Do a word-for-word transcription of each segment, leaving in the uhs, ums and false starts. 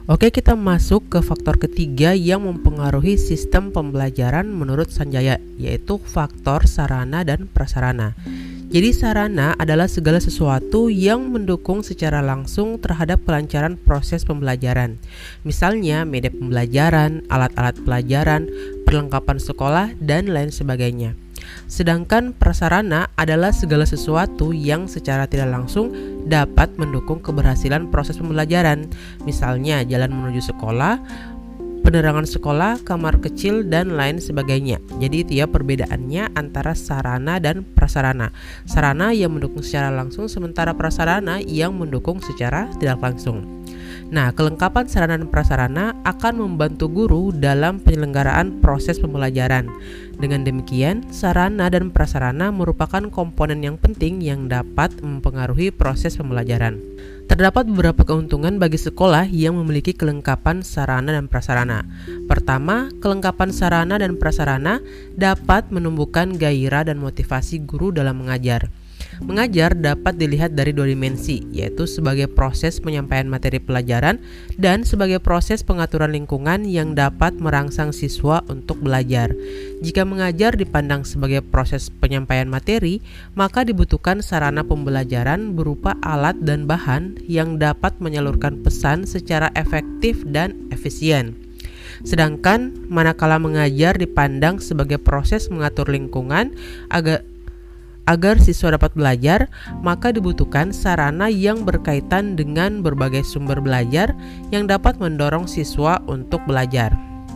Oke, kita masuk ke faktor ketiga yang mempengaruhi sistem pembelajaran menurut Sanjaya, yaitu faktor sarana dan prasarana. Jadi sarana adalah segala sesuatu yang mendukung secara langsung terhadap kelancaran proses pembelajaran. Misalnya media pembelajaran, alat-alat pelajaran, perlengkapan sekolah, dan lain sebagainya. Sedangkan prasarana adalah segala sesuatu yang secara tidak langsung dapat mendukung keberhasilan proses pembelajaran. Misalnya jalan menuju sekolah, penerangan sekolah, kamar kecil, dan lain sebagainya. Jadi itu ya perbedaannya antara sarana dan prasarana. Sarana yang mendukung secara langsung, sementara prasarana yang mendukung secara tidak langsung. Nah, kelengkapan sarana dan prasarana akan membantu guru dalam penyelenggaraan proses pembelajaran. Dengan demikian, sarana dan prasarana merupakan komponen yang penting yang dapat mempengaruhi proses pembelajaran. Terdapat beberapa keuntungan bagi sekolah yang memiliki kelengkapan sarana dan prasarana. Pertama, kelengkapan sarana dan prasarana dapat menumbuhkan gairah dan motivasi guru dalam mengajar. Mengajar dapat dilihat dari dua dimensi, yaitu sebagai proses penyampaian materi pelajaran dan sebagai proses pengaturan lingkungan yang dapat merangsang siswa untuk belajar. Jika mengajar dipandang sebagai proses penyampaian materi, maka dibutuhkan sarana pembelajaran berupa alat dan bahan yang dapat menyalurkan pesan secara efektif dan efisien. Sedangkan manakala mengajar dipandang sebagai proses mengatur lingkungan agar Agar siswa dapat belajar, maka dibutuhkan sarana yang berkaitan dengan berbagai sumber belajar yang dapat mendorong siswa untuk belajar.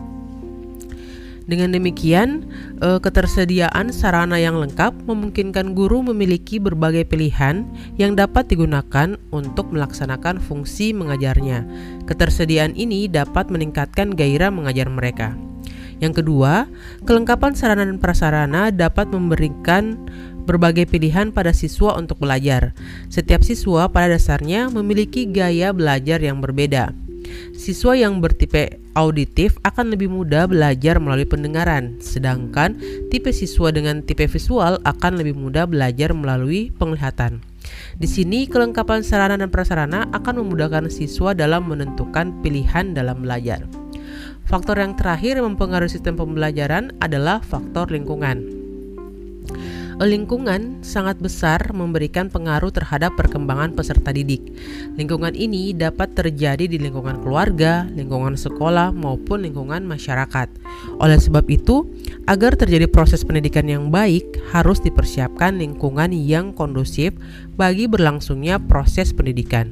Dengan demikian, ketersediaan sarana yang lengkap memungkinkan guru memiliki berbagai pilihan yang dapat digunakan untuk melaksanakan fungsi mengajarnya. Ketersediaan ini dapat meningkatkan gairah mengajar mereka. Yang kedua, kelengkapan sarana dan prasarana dapat memberikan berbagai pilihan pada siswa untuk belajar. Setiap siswa pada dasarnya memiliki gaya belajar yang berbeda. Siswa yang bertipe auditif akan lebih mudah belajar melalui pendengaran, sedangkan tipe siswa dengan tipe visual akan lebih mudah belajar melalui penglihatan. Di sini kelengkapan sarana dan prasarana akan memudahkan siswa dalam menentukan pilihan dalam belajar. Faktor yang terakhir yang mempengaruhi sistem pembelajaran adalah faktor lingkungan. Lingkungan sangat besar memberikan pengaruh terhadap perkembangan peserta didik. Lingkungan ini dapat terjadi di lingkungan keluarga, lingkungan sekolah, maupun lingkungan masyarakat. Oleh sebab itu, agar terjadi proses pendidikan yang baik, harus dipersiapkan lingkungan yang kondusif bagi berlangsungnya proses pendidikan.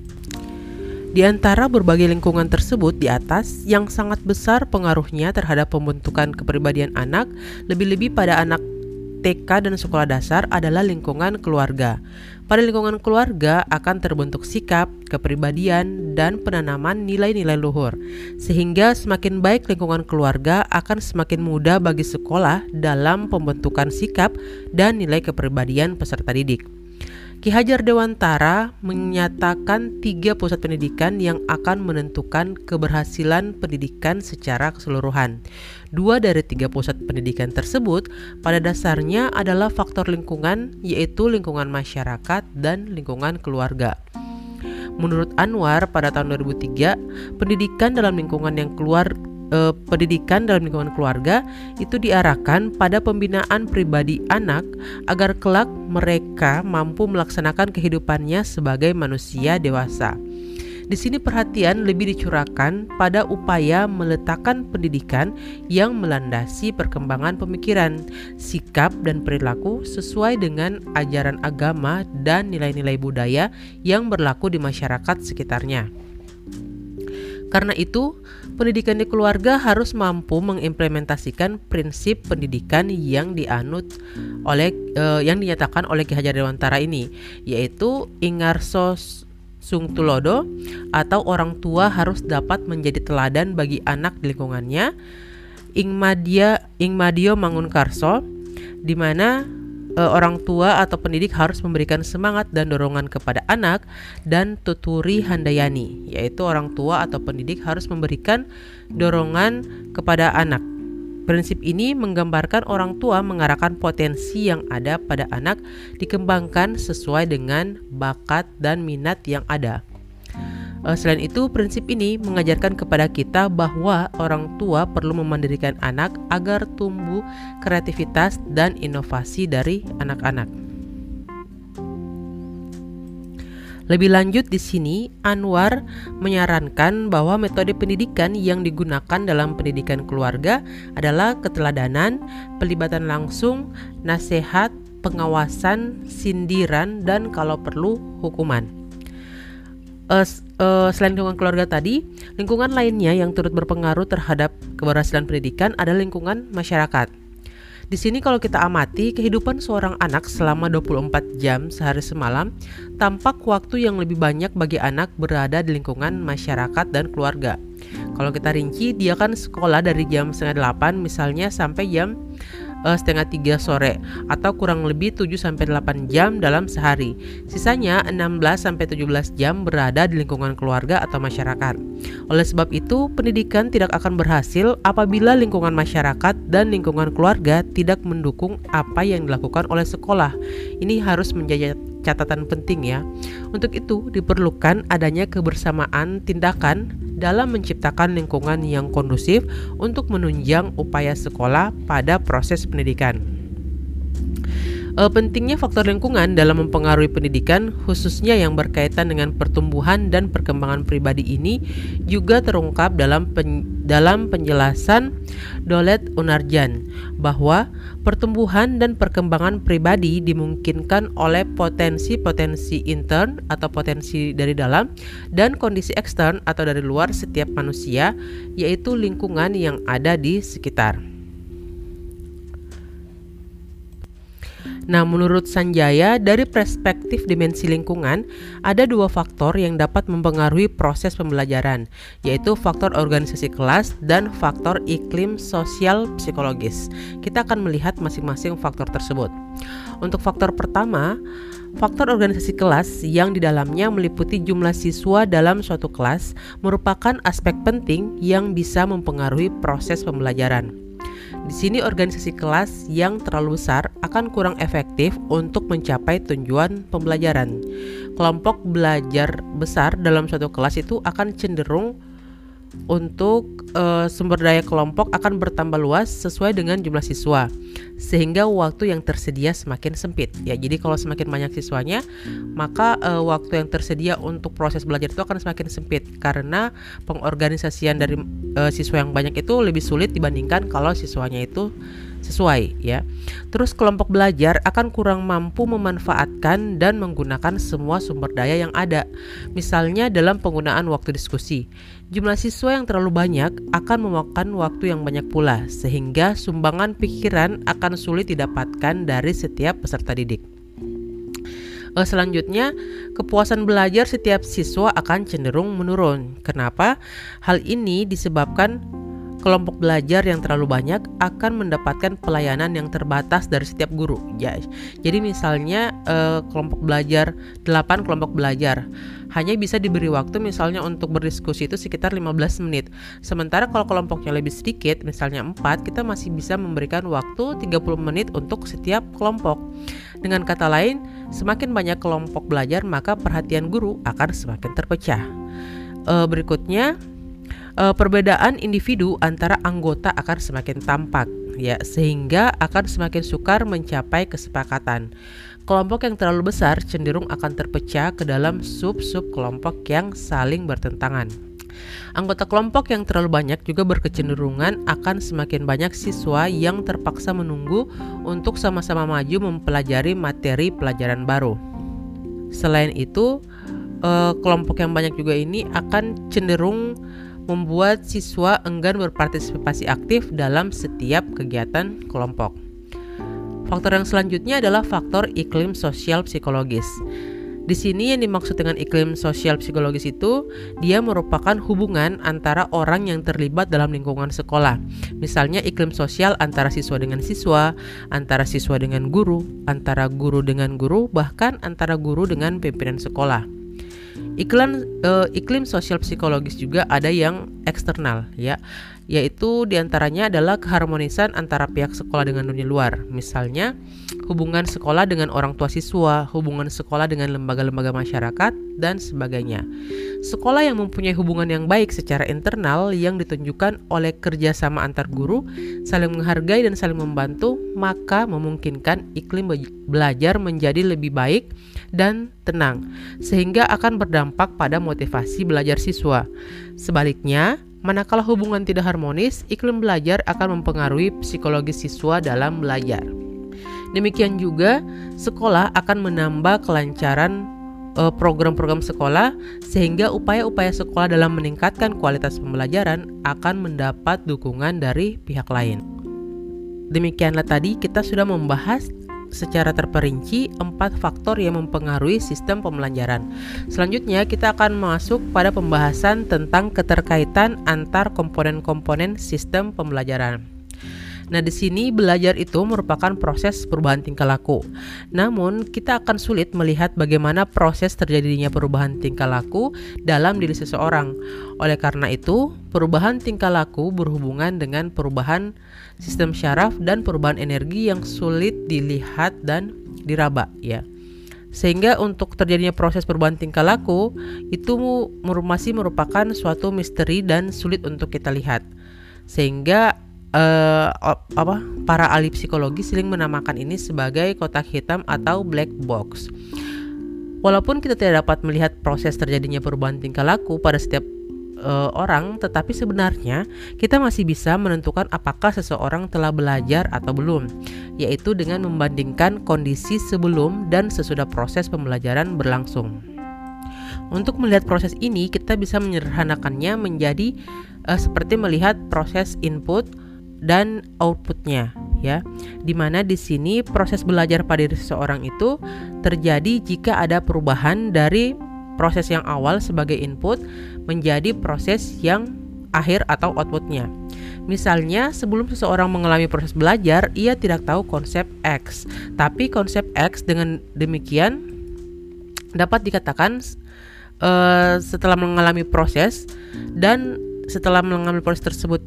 Di antara berbagai lingkungan tersebut di atas, yang sangat besar pengaruhnya terhadap pembentukan kepribadian anak, lebih-lebih pada anak T K dan sekolah dasar adalah lingkungan keluarga. Pada lingkungan keluarga akan terbentuk sikap, kepribadian, dan penanaman nilai-nilai luhur. Sehingga semakin baik lingkungan keluarga akan semakin mudah bagi sekolah dalam pembentukan sikap dan nilai kepribadian peserta didik. Ki Hajar Dewantara menyatakan tiga pusat pendidikan yang akan menentukan keberhasilan pendidikan secara keseluruhan. Dua dari tiga pusat pendidikan tersebut pada dasarnya adalah faktor lingkungan, yaitu lingkungan masyarakat dan lingkungan keluarga. Menurut Anwar pada tahun dua ribu tiga, pendidikan dalam lingkungan yang keluar eh, pendidikan dalam lingkungan keluarga itu diarahkan pada pembinaan pribadi anak agar kelak mereka mampu melaksanakan kehidupannya sebagai manusia dewasa. Di sini perhatian lebih dicurahkan pada upaya meletakkan pendidikan yang melandasi perkembangan pemikiran, sikap, dan perilaku sesuai dengan ajaran agama dan nilai-nilai budaya yang berlaku di masyarakat sekitarnya. Karena itu, pendidikan di keluarga harus mampu mengimplementasikan prinsip pendidikan yang dianut oleh eh, yang dinyatakan oleh Ki Hajar Dewantara ini, yaitu Ingarso Sung Tulodo, atau orang tua harus dapat menjadi teladan bagi anak di lingkungannya. Ingmadia Ingmadio Mangunkarso, di mana e, orang tua atau pendidik harus memberikan semangat dan dorongan kepada anak, dan Tuturi Handayani, yaitu orang tua atau pendidik harus memberikan dorongan kepada anak. Prinsip ini menggambarkan orang tua mengarahkan potensi yang ada pada anak dikembangkan sesuai dengan bakat dan minat yang ada. Eh, Selain itu, prinsip ini mengajarkan kepada kita bahwa orang tua perlu memandirikan anak agar tumbuh kreativitas dan inovasi dari anak-anak. Lebih lanjut di sini, Anwar menyarankan bahwa metode pendidikan yang digunakan dalam pendidikan keluarga adalah keteladanan, pelibatan langsung, nasihat, pengawasan, sindiran, dan kalau perlu hukuman. Uh, uh, selain lingkungan keluarga tadi, lingkungan lainnya yang turut berpengaruh terhadap keberhasilan pendidikan adalah lingkungan masyarakat. Di sini kalau kita amati kehidupan seorang anak selama dua puluh empat jam sehari semalam, tampak waktu yang lebih banyak bagi anak berada di lingkungan masyarakat dan keluarga. Kalau kita rinci, dia kan sekolah dari jam setengah delapan misalnya sampai jam uh, setengah tiga sore, atau kurang lebih tujuh sampai delapan jam dalam sehari. Sisanya enam belas sampai tujuh belas jam berada di lingkungan keluarga atau masyarakat. Oleh sebab itu, pendidikan tidak akan berhasil apabila lingkungan masyarakat dan lingkungan keluarga tidak mendukung apa yang dilakukan oleh sekolah. Ini harus menjadi catatan penting ya. Untuk itu diperlukan adanya kebersamaan tindakan dalam menciptakan lingkungan yang kondusif untuk menunjang upaya sekolah pada proses pendidikan. E, pentingnya faktor lingkungan dalam mempengaruhi pendidikan, khususnya yang berkaitan dengan pertumbuhan dan perkembangan pribadi ini, juga terungkap dalam pen, dalam penjelasan Dolet Unarjan bahwa pertumbuhan dan perkembangan pribadi dimungkinkan oleh potensi-potensi intern atau potensi dari dalam dan kondisi ekstern atau dari luar setiap manusia, yaitu lingkungan yang ada di sekitar. Nah, menurut Sanjaya, dari perspektif dimensi lingkungan, ada dua faktor yang dapat mempengaruhi proses pembelajaran, yaitu faktor organisasi kelas dan faktor iklim sosial psikologis. Kita akan melihat masing-masing faktor tersebut. Untuk faktor pertama, faktor organisasi kelas yang di dalamnya meliputi jumlah siswa dalam suatu kelas merupakan aspek penting yang bisa mempengaruhi proses pembelajaran. Di sini organisasi kelas yang terlalu besar akan kurang efektif untuk mencapai tujuan pembelajaran. Kelompok belajar besar dalam suatu kelas itu akan cenderung untuk e, sumber daya kelompok akan bertambah luas sesuai dengan jumlah siswa, sehingga waktu yang tersedia semakin sempit. Ya, jadi kalau semakin banyak siswanya, maka e, waktu yang tersedia untuk proses belajar itu akan semakin sempit karena pengorganisasian dari e, siswa yang banyak itu lebih sulit dibandingkan kalau siswanya itu sesuai ya. Terus kelompok belajar akan kurang mampu memanfaatkan dan menggunakan semua sumber daya yang ada. Misalnya dalam penggunaan waktu diskusi. Jumlah siswa yang terlalu banyak akan memakan waktu yang banyak pula, sehingga sumbangan pikiran akan sulit didapatkan dari setiap peserta didik. Selanjutnya, kepuasan belajar setiap siswa akan cenderung menurun. Kenapa? Hal ini disebabkan kelompok belajar yang terlalu banyak akan mendapatkan pelayanan yang terbatas dari setiap guru. Ya, jadi misalnya eh, kelompok belajar delapan kelompok belajar hanya bisa diberi waktu misalnya untuk berdiskusi itu sekitar lima belas menit. Sementara kalau kelompoknya lebih sedikit, misalnya empat, kita masih bisa memberikan waktu tiga puluh menit untuk setiap kelompok. Dengan kata lain, semakin banyak kelompok belajar, maka perhatian guru akan semakin terpecah. Eh, berikutnya Uh, perbedaan individu antara anggota akan semakin tampak ya, sehingga akan semakin sukar mencapai kesepakatan. Kelompok yang terlalu besar cenderung akan terpecah ke dalam sub-sub kelompok yang saling bertentangan. Anggota kelompok yang terlalu banyak juga berkecenderungan akan semakin banyak siswa yang terpaksa menunggu untuk sama-sama maju mempelajari materi pelajaran baru. Selain itu, uh, kelompok yang banyak juga ini akan cenderung membuat siswa enggan berpartisipasi aktif dalam setiap kegiatan kelompok. Faktor yang selanjutnya adalah faktor iklim sosial psikologis. Di sini yang dimaksud dengan iklim sosial psikologis itu, dia merupakan hubungan antara orang yang terlibat dalam lingkungan sekolah. Misalnya iklim sosial antara siswa dengan siswa, antara siswa dengan guru, antara guru dengan guru, bahkan antara guru dengan pimpinan sekolah. Iklan eh, iklim sosial psikologis juga ada yang eksternal ya, yaitu diantaranya adalah keharmonisan antara pihak sekolah dengan dunia luar. Misalnya hubungan sekolah dengan orang tua siswa, hubungan sekolah dengan lembaga-lembaga masyarakat, dan sebagainya. Sekolah yang mempunyai hubungan yang baik secara internal yang ditunjukkan oleh kerjasama antar guru, saling menghargai dan saling membantu, maka memungkinkan iklim belajar menjadi lebih baik dan tenang, sehingga akan berdampak pada motivasi belajar siswa. Sebaliknya, manakala hubungan tidak harmonis, iklim belajar akan mempengaruhi psikologis siswa dalam belajar. Demikian juga, sekolah akan menambah kelancaran eh, program-program sekolah, sehingga upaya-upaya sekolah dalam meningkatkan kualitas pembelajaran akan mendapat dukungan dari pihak lain. Demikianlah tadi kita sudah membahas secara terperinci empat faktor yang mempengaruhi sistem pembelajaran. Selanjutnya kita akan masuk pada pembahasan tentang keterkaitan antar komponen-komponen sistem pembelajaran. Nah, di sini belajar itu merupakan proses perubahan tingkah laku. Namun, kita akan sulit melihat bagaimana proses terjadinya perubahan tingkah laku dalam diri seseorang. Oleh karena itu, perubahan tingkah laku berhubungan dengan perubahan sistem syaraf dan perubahan energi yang sulit dilihat dan diraba, ya. Sehingga untuk terjadinya proses perubahan tingkah laku itu masih merupakan suatu misteri dan sulit untuk kita lihat. Sehingga Uh, apa para ahli psikologi sering menamakan ini sebagai kotak hitam atau black box. Walaupun kita tidak dapat melihat proses terjadinya perubahan tingkah laku pada setiap uh, orang, tetapi sebenarnya kita masih bisa menentukan apakah seseorang telah belajar atau belum, yaitu dengan membandingkan kondisi sebelum dan sesudah proses pembelajaran berlangsung. Untuk melihat proses ini, kita bisa menyederhanakannya menjadi uh, seperti melihat proses input dan outputnya, ya, dimana di sini proses belajar pada diri seseorang itu terjadi jika ada perubahan dari proses yang awal sebagai input menjadi proses yang akhir atau outputnya. Misalnya, sebelum seseorang mengalami proses belajar, ia tidak tahu konsep X, tapi konsep X dengan demikian dapat dikatakan uh, setelah mengalami proses, dan setelah mengalami proses tersebut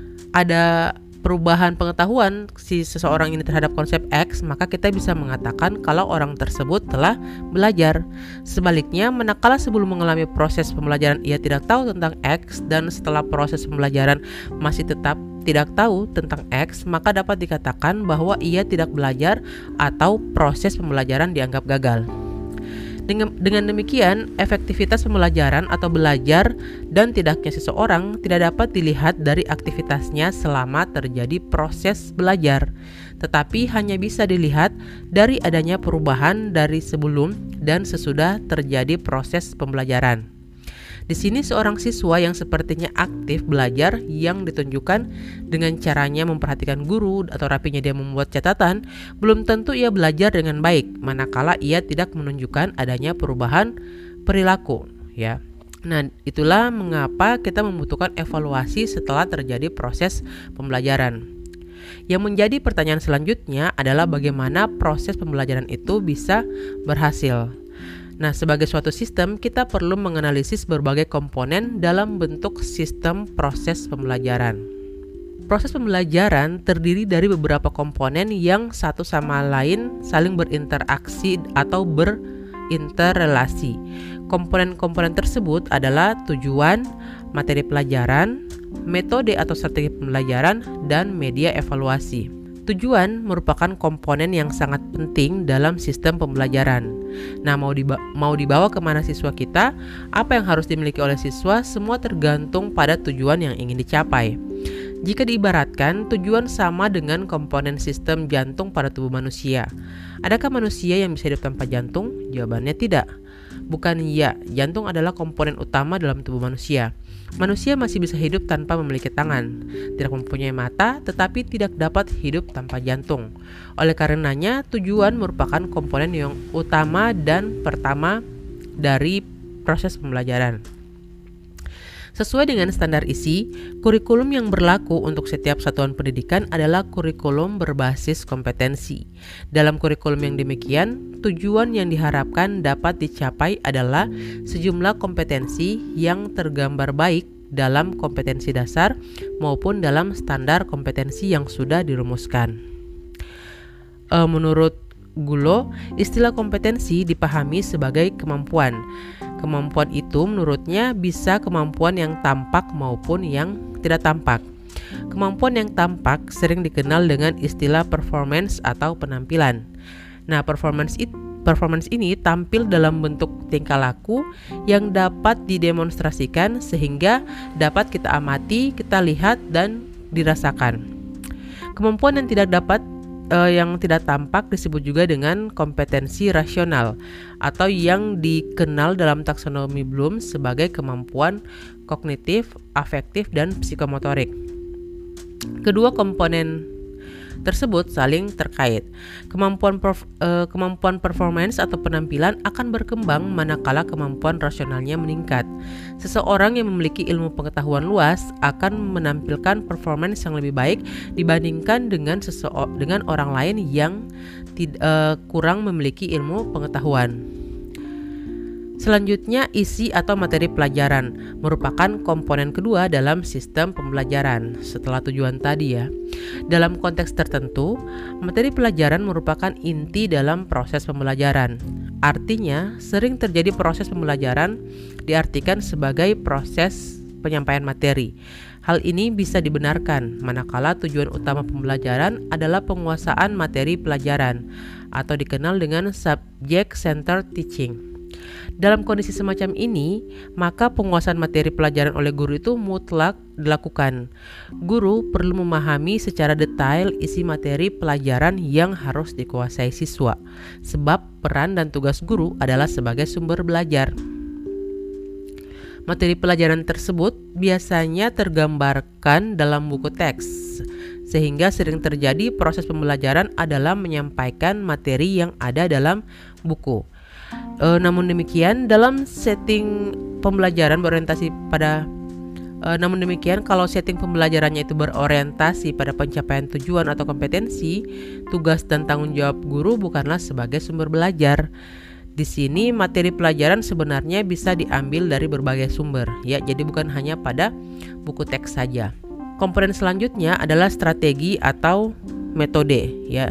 ada perubahan pengetahuan si seseorang ini terhadap konsep X, maka kita bisa mengatakan kalau orang tersebut telah belajar. Sebaliknya, manakala sebelum mengalami proses pembelajaran ia tidak tahu tentang X, dan setelah proses pembelajaran masih tetap tidak tahu tentang X, maka dapat dikatakan bahwa ia tidak belajar atau proses pembelajaran dianggap gagal. Dengan, dengan demikian, efektivitas pembelajaran atau belajar dan tidaknya seseorang tidak dapat dilihat dari aktivitasnya selama terjadi proses belajar, tetapi hanya bisa dilihat dari adanya perubahan dari sebelum dan sesudah terjadi proses pembelajaran. Di sini seorang siswa yang sepertinya aktif belajar yang ditunjukkan dengan caranya memperhatikan guru atau rapinya dia membuat catatan, belum tentu ia belajar dengan baik manakala ia tidak menunjukkan adanya perubahan perilaku, ya. Nah, itulah mengapa kita membutuhkan evaluasi setelah terjadi proses pembelajaran. Yang menjadi pertanyaan selanjutnya adalah bagaimana proses pembelajaran itu bisa berhasil. Nah, sebagai suatu sistem, kita perlu menganalisis berbagai komponen dalam bentuk sistem proses pembelajaran. Proses pembelajaran terdiri dari beberapa komponen yang satu sama lain saling berinteraksi atau berinterrelasi. Komponen-komponen tersebut adalah tujuan, materi pelajaran, metode atau strategi pembelajaran, dan media evaluasi. Tujuan merupakan komponen yang sangat penting dalam sistem pembelajaran. Nah, mau, diba- mau dibawa kemana siswa kita, apa yang harus dimiliki oleh siswa, semua tergantung pada tujuan yang ingin dicapai. Jika diibaratkan, tujuan sama dengan komponen sistem jantung pada tubuh manusia. Adakah manusia yang bisa hidup tanpa jantung? Jawabannya tidak. Bukan iya, jantung adalah komponen utama dalam tubuh manusia. Manusia masih bisa hidup tanpa memiliki tangan, tidak mempunyai mata, tetapi tidak dapat hidup tanpa jantung. Oleh karenanya, tujuan merupakan komponen yang utama dan pertama dari proses pembelajaran. Sesuai dengan standar I S I, kurikulum yang berlaku untuk setiap satuan pendidikan adalah kurikulum berbasis kompetensi. Dalam kurikulum yang demikian, tujuan yang diharapkan dapat dicapai adalah sejumlah kompetensi yang tergambar baik dalam kompetensi dasar maupun dalam standar kompetensi yang sudah dirumuskan. E, menurut Gulo, istilah kompetensi dipahami sebagai kemampuan. Kemampuan itu menurutnya bisa kemampuan yang tampak maupun yang tidak tampak. Kemampuan yang tampak sering dikenal dengan istilah performance atau penampilan. Nah, performance itu Performance ini tampil dalam bentuk tingkah laku yang dapat didemonstrasikan sehingga dapat kita amati, kita lihat dan dirasakan. Kemampuan yang tidak dapat eh, yang tidak tampak disebut juga dengan kompetensi rasional atau yang dikenal dalam taksonomi Bloom sebagai kemampuan kognitif, afektif dan psikomotorik. Kedua komponen tersebut saling terkait. Kemampuan perf, eh, kemampuan performance atau penampilan akan berkembang manakala kemampuan rasionalnya meningkat. Seseorang yang memiliki ilmu pengetahuan luas akan menampilkan performance yang lebih baik dibandingkan dengan seseo- dengan orang lain yang tid- eh, kurang memiliki ilmu pengetahuan. Selanjutnya, isi atau materi pelajaran merupakan komponen kedua dalam sistem pembelajaran setelah tujuan tadi ya. Dalam konteks tertentu, materi pelajaran merupakan inti dalam proses pembelajaran. Artinya, sering terjadi proses pembelajaran diartikan sebagai proses penyampaian materi. Hal ini bisa dibenarkan manakala tujuan utama pembelajaran adalah penguasaan materi pelajaran atau dikenal dengan subject centered teaching. Dalam kondisi semacam ini, maka penguasaan materi pelajaran oleh guru itu mutlak dilakukan. Guru perlu memahami secara detail isi materi pelajaran yang harus dikuasai siswa, sebab peran dan tugas guru adalah sebagai sumber belajar. Materi pelajaran tersebut biasanya tergambarkan dalam buku teks, sehingga sering terjadi proses pembelajaran adalah menyampaikan materi yang ada dalam buku. E, namun demikian dalam setting pembelajaran berorientasi pada e, namun demikian kalau setting pembelajarannya itu berorientasi pada pencapaian tujuan atau kompetensi, tugas dan tanggung jawab guru bukanlah sebagai sumber belajar. Di sini materi pelajaran sebenarnya bisa diambil dari berbagai sumber ya, jadi bukan hanya pada buku teks saja. Komponen selanjutnya adalah strategi atau metode ya.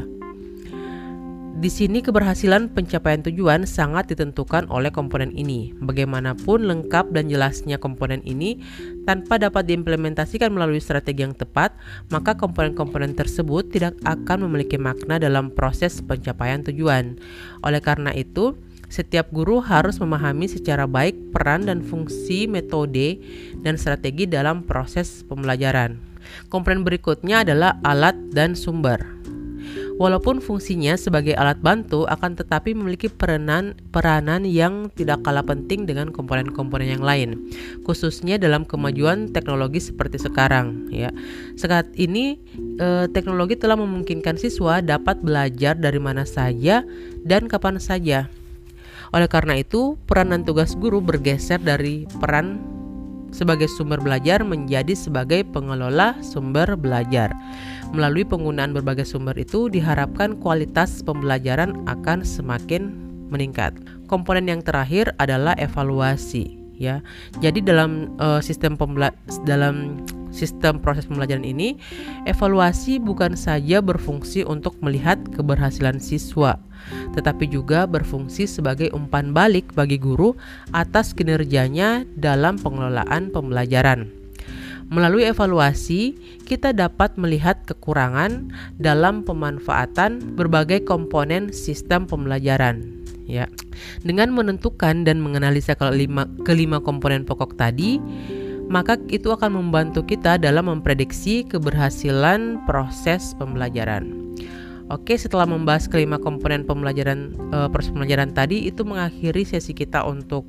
Di sini keberhasilan pencapaian tujuan sangat ditentukan oleh komponen ini. Bagaimanapun lengkap dan jelasnya komponen ini, tanpa dapat diimplementasikan melalui strategi yang tepat, maka komponen-komponen tersebut tidak akan memiliki makna dalam proses pencapaian tujuan. Oleh karena itu, setiap guru harus memahami secara baik peran dan fungsi metode dan strategi dalam proses pembelajaran. Komponen berikutnya adalah alat dan sumber. Walaupun fungsinya sebagai alat bantu, akan tetapi memiliki peranan peranan yang tidak kalah penting dengan komponen-komponen yang lain, khususnya dalam kemajuan teknologi seperti sekarang. Ya, saat ini eh, teknologi telah memungkinkan siswa dapat belajar dari mana saja dan kapan saja. Oleh karena itu, peran dan tugas guru bergeser dari peran sebagai sumber belajar menjadi sebagai pengelola sumber belajar. Melalui penggunaan berbagai sumber itu diharapkan kualitas pembelajaran akan semakin meningkat. Komponen yang terakhir adalah evaluasi ya. Jadi dalam uh, sistem pembela- dalam sistem proses pembelajaran ini, evaluasi bukan saja berfungsi untuk melihat keberhasilan siswa, tetapi juga berfungsi sebagai umpan balik bagi guru atas kinerjanya dalam pengelolaan pembelajaran. Melalui evaluasi, kita dapat melihat kekurangan dalam pemanfaatan berbagai komponen sistem pembelajaran. Ya, dengan menentukan dan menganalisa kelima, kelima komponen pokok tadi, maka itu akan membantu kita dalam memprediksi keberhasilan proses pembelajaran. Oke, setelah membahas kelima komponen pembelajaran e, proses pembelajaran tadi, itu mengakhiri sesi kita untuk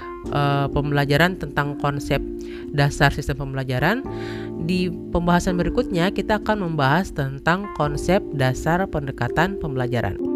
e, pembelajaran tentang konsep dasar sistem pembelajaran. Di pembahasan berikutnya kita akan membahas tentang konsep dasar pendekatan pembelajaran.